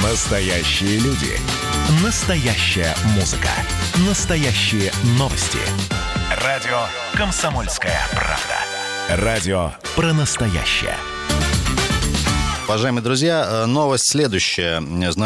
Настоящие люди. Настоящая музыка. Настоящие новости. Радио «Комсомольская правда». Радио про настоящее. Уважаемые друзья, новость следующая.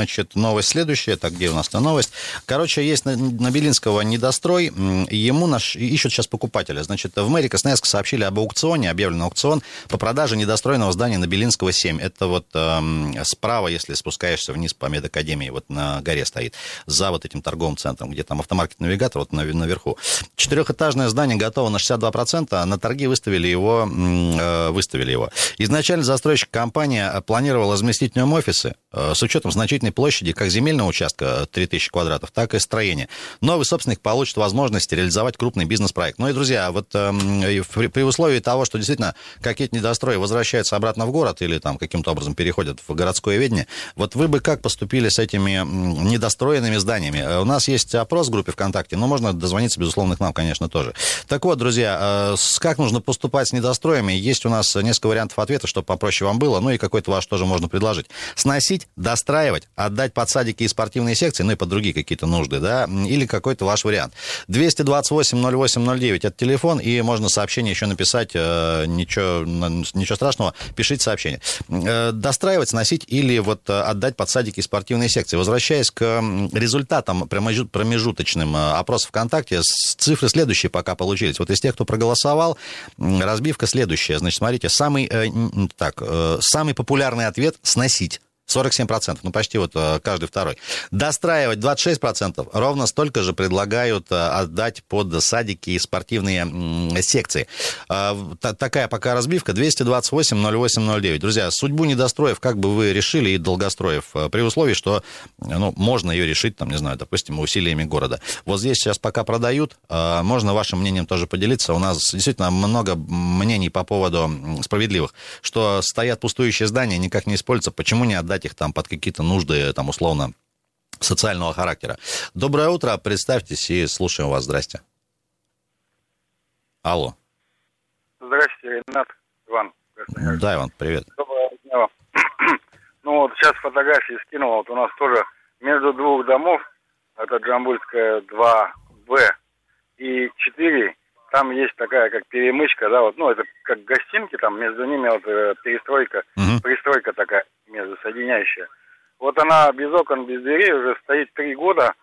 Так, где у нас-то новость? Короче, есть на Белинского недострой, ему ищут сейчас покупателя. Значит, в мэрии Красноярска сообщили об аукционе, объявлен аукцион по продаже недостроенного здания на Белинского 7. Это вот справа, если спускаешься вниз по медакадемии, вот на горе стоит, за вот этим торговым центром, где там автомаркет-навигатор, вот наверху. 4-этажное здание готово на 62%, а на торги выставили его. Изначально застройщик компания планировал разместить в нем офисы с учетом значительной площади как земельного участка 3000 квадратов, так и строения. Новый собственник получит возможность реализовать крупный бизнес-проект. Ну и, друзья, вот при условии того, что действительно какие-то недострои возвращаются обратно в город или там каким-то образом переходят в городское ведение, вот вы бы как поступили с этими недостроенными зданиями? У нас есть опрос в группе ВКонтакте, но можно дозвониться, безусловно, к нам, конечно, тоже. Так вот, друзья, как нужно поступать с недостроями? Есть у нас несколько вариантов ответа, чтобы попроще вам было, ну и какой-то ваш тоже можно предложить. Сносить, достраивать, отдать под садики и спортивные секции, ну и под другие какие-то нужды, да, или какой-то ваш вариант. 228-08-09 это телефон, и можно сообщение еще написать, ничего страшного, пишите сообщение. Достраивать, сносить или вот отдать под садики и спортивные секции. Возвращаясь к результатам промежуточным опросов ВКонтакте, цифры следующие пока получились. Вот из тех, кто проголосовал, разбивка следующая. Значит, смотрите, самый популярный ответ — сносить. 47%, ну почти вот каждый второй. Достраивать 26%, ровно столько же предлагают отдать под садики и спортивные секции. Такая пока разбивка, 228-08-09. Друзья, судьбу недостроев как бы вы решили и долгостроев, при условии, что можно ее решить, там, не знаю, допустим, усилиями города. Вот здесь сейчас пока продают, можно вашим мнением тоже поделиться. У нас действительно много мнений по поводу справедливых, что стоят пустующие здания, никак не используются, почему не отдать их там под какие-то нужды, там, условно, социального характера. Доброе утро, представьтесь и слушаем вас. Здрасте. Алло. Здрасте, Ренат, Иван. Да, Иван, привет. Доброго дня. Ну вот сейчас фотографии скинул, вот у нас тоже между двух домов, это Джамбульская 2Б и 4, там есть такая как перемычка, да, вот, ну это как гостинки, там между ними вот перестройка, пристройка такая между соединяющая. Вот она без окон, без дверей уже стоит 3 года,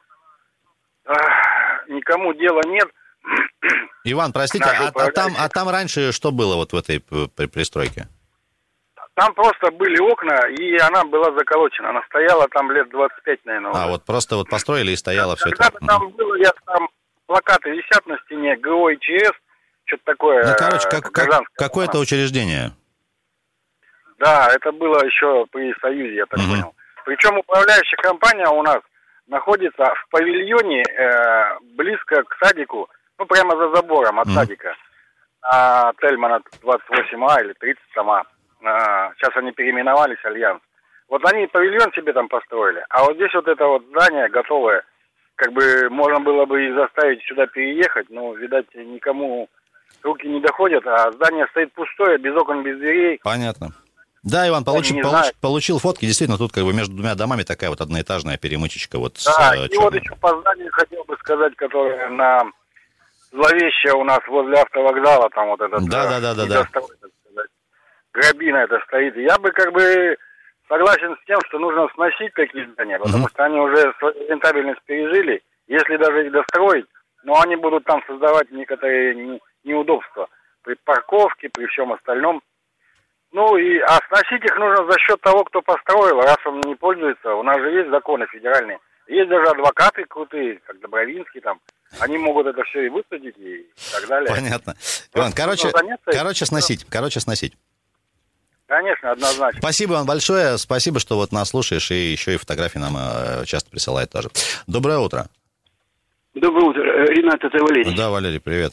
никому дела нет. Иван, простите, там раньше что было вот в этой пристройке? Там просто были окна, и она была заколочена. Она стояла там лет 25, наверное. Уже. Вот просто вот построили и стояло все это. Когда-то там было, там плакаты висят на стене, ГО и ЧС, что-то такое. Ну, короче, какое-то учреждение. Да, это было еще при Союзе, я так понял. Причем управляющая компания у нас находится в павильоне близко к садику, ну, прямо за забором от садика. Тельмана 28А или 30А. Сейчас они переименовались, Альянс. Вот они павильон себе там построили, а вот здесь вот это вот здание готовое, как бы можно было бы их заставить сюда переехать, но, видать, никому руки не доходят, а здание стоит пустое, без окон, без дверей. Понятно. Да, Иван, получил фотки, действительно, тут как бы между двумя домами такая вот одноэтажная перемычечка. Вот да, и вот еще по зданию хотел бы сказать, которое на зловещее у нас возле автовокзала, там вот этот... Да. Грабина это стоит. Я бы как бы согласен с тем, что нужно сносить такие здания, потому что они уже свою рентабельность пережили. Если даже их достроить, но они будут там создавать некоторые неудобства при парковке, при всем остальном. Ну и сносить их нужно за счет того, кто построил, раз он не пользуется. У нас же есть законы федеральные. Есть даже адвокаты крутые, как Добровинский там. Они могут это все и высадить и так далее. Понятно. Иван, короче, сносить. Конечно, однозначно. Спасибо вам большое. Спасибо, что вот нас слушаешь, и еще и фотографии нам часто присылает тоже. Доброе утро. Доброе утро. Ренат, это Валерий. Да, Валерий, привет.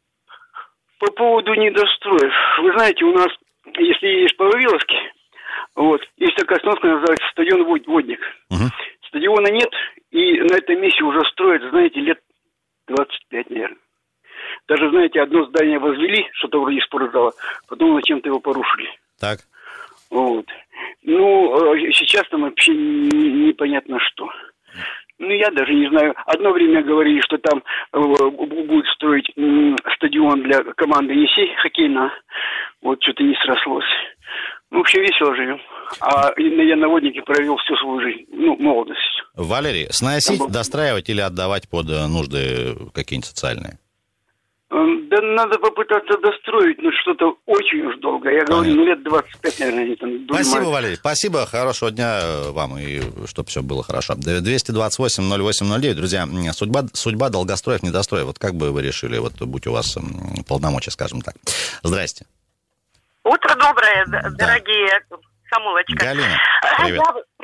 По поводу недостроев. Вы знаете, у нас, если едешь по Вавиловске, вот, есть такая остановка, называется стадион «Водник». Стадиона нет, и на этом месте уже строят, знаете, лет 25, наверное. Даже, знаете, одно здание возвели, что-то вроде спортзала, потом зачем-то его порушили. Так. Вот. Ну, сейчас там вообще непонятно что. Ну, я даже не знаю. Одно время говорили, что там будут строить стадион для команды «Енисей» хоккейного. Вот что-то не срослось. Ну, вообще весело живем. А я на воднике провел всю свою жизнь, молодость. Валерий, сносить, достраивать или отдавать под нужды какие-нибудь социальные? Да надо попытаться достроить, но что-то очень уж долго. Я говорю, лет 25, наверное, они там думают. Спасибо, Валерий. Спасибо, хорошего дня вам, и чтобы все было хорошо. 228-08-09. Друзья, судьба долгостроев, недостроев. Вот как бы вы решили, вот будь у вас полномочия, скажем так. Здрасте. Утро доброе, дорогие Самулочка. Галина, привет.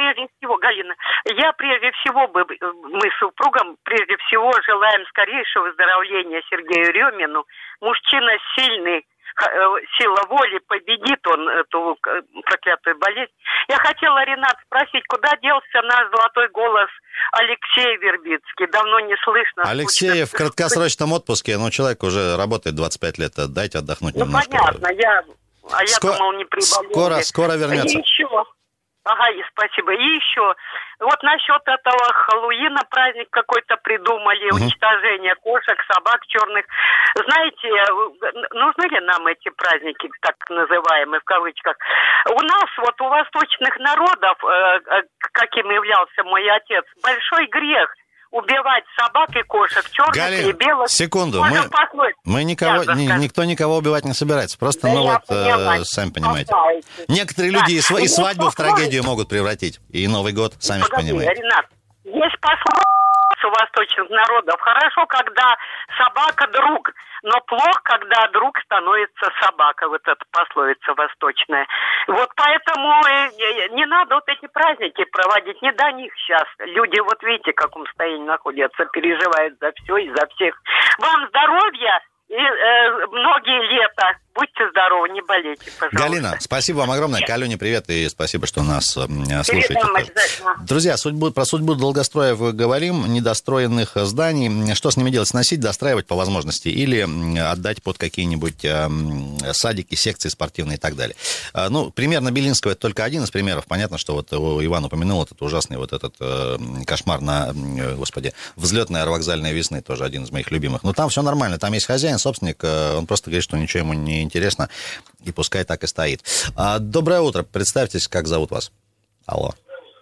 Я прежде всего мы с супругом прежде всего желаем скорейшего выздоровления Сергею Рёмину. Мужчина сильный, сила воли, победит он эту проклятую болезнь. Я хотела, Ренат, спросить, куда делся наш золотой голос Алексей Вербицкий? Давно не слышно. Алексей в краткосрочном отпуске, но человек уже работает 25 лет, дайте отдохнуть немножко. Понятно, я думал, не приболел. Скоро вернется. И еще, спасибо. И еще, вот насчет этого Хэллоуина праздник какой-то придумали, уничтожение кошек, собак черных. Знаете, нужны ли нам эти праздники, так называемые, в кавычках? У нас, вот у восточных народов, каким являлся мой отец, большой грех убивать собак и кошек, черных и белых. Секунду, никто никого убивать не собирается. Просто, сами понимаете. Некоторые люди и свадьбу в трагедию могут превратить. И Новый год, сами же понимаете. Ренат, есть пословица у восточных народов. Хорошо, когда собака друг, но плохо, когда друг становится собака. Вот эта пословица восточная. Вот поэтому не надо вот эти праздники проводить. Не до них сейчас. Люди, вот видите, в каком состоянии находятся, переживают за все и за всех. Вам здоровья и многие лета. Будьте здоровы, не болейте, пожалуйста. Галина, спасибо вам огромное. Калюне привет и спасибо, что нас слушаете. Друзья, про судьбу долгостроев говорим, недостроенных зданий. Что с ними делать? Сносить, достраивать по возможности или отдать под какие-нибудь садики, секции спортивные и так далее. Пример на Белинского — это только один из примеров. Понятно, что вот Иван упомянул этот ужасный кошмар на, взлетной аэровокзальной весны, тоже один из моих любимых. Но там все нормально, там есть хозяин, собственник, он просто говорит, что ничего ему не интересно, и пускай так и стоит. Доброе утро. Представьтесь, как зовут вас. Алло,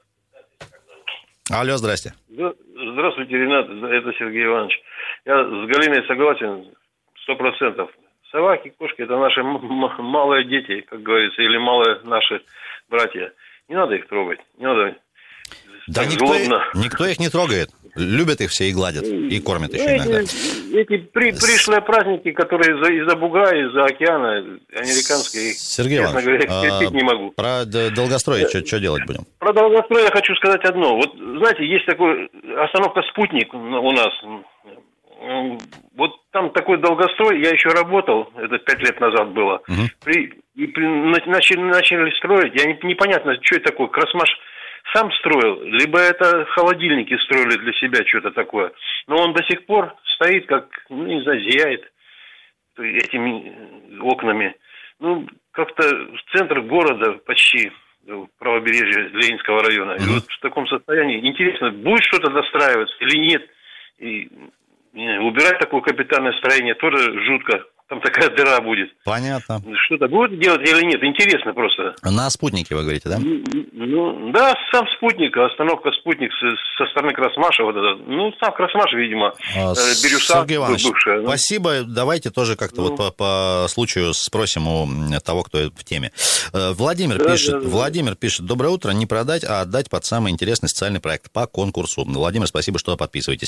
здрасте. Здравствуйте, Ренат. Это Сергей Иванович. Я с Галиной согласен 100%. Собаки, кошки — это наши малые дети, как говорится, или малые наши братья. Не надо их трогать. Не надо. Да никто их не трогает. Любят их все и гладят, и кормят еще иногда. Эти пришлые праздники, которые из-за бугра, из-за океана, американские, Сергей честно говоря, терпеть не могу. Про долгострой что делать будем? Про долгострой я хочу сказать одно. Вот, знаете, есть такой остановка «Спутник» у нас. Вот там такой долгострой, я еще работал, это 5 лет назад было. Начали строить, непонятно, что это такое, Красмаш сам строил, либо это холодильники строили для себя, что-то такое. Но он до сих пор стоит, как, зияет этими окнами. Как-то в центр города почти, правобережье Ленинского района. И вот в таком состоянии. Интересно, будет что-то достраиваться или нет? И убирать такое капитальное строение тоже жутко. Там такая дыра будет. Понятно. Что-то будет делать или нет? Интересно просто. На «Спутнике» вы говорите, да? Да, сам «Спутник», остановка «Спутник» со стороны Красмаша. Сам Красмаш, видимо, Бирюса. Сергей Иванович, бывшая, спасибо. Давайте тоже как-то по случаю спросим у того, кто в теме. Владимир пишет: доброе утро. Не продать, а отдать под самый интересный социальный проект по конкурсу. Владимир, спасибо, что подписываетесь.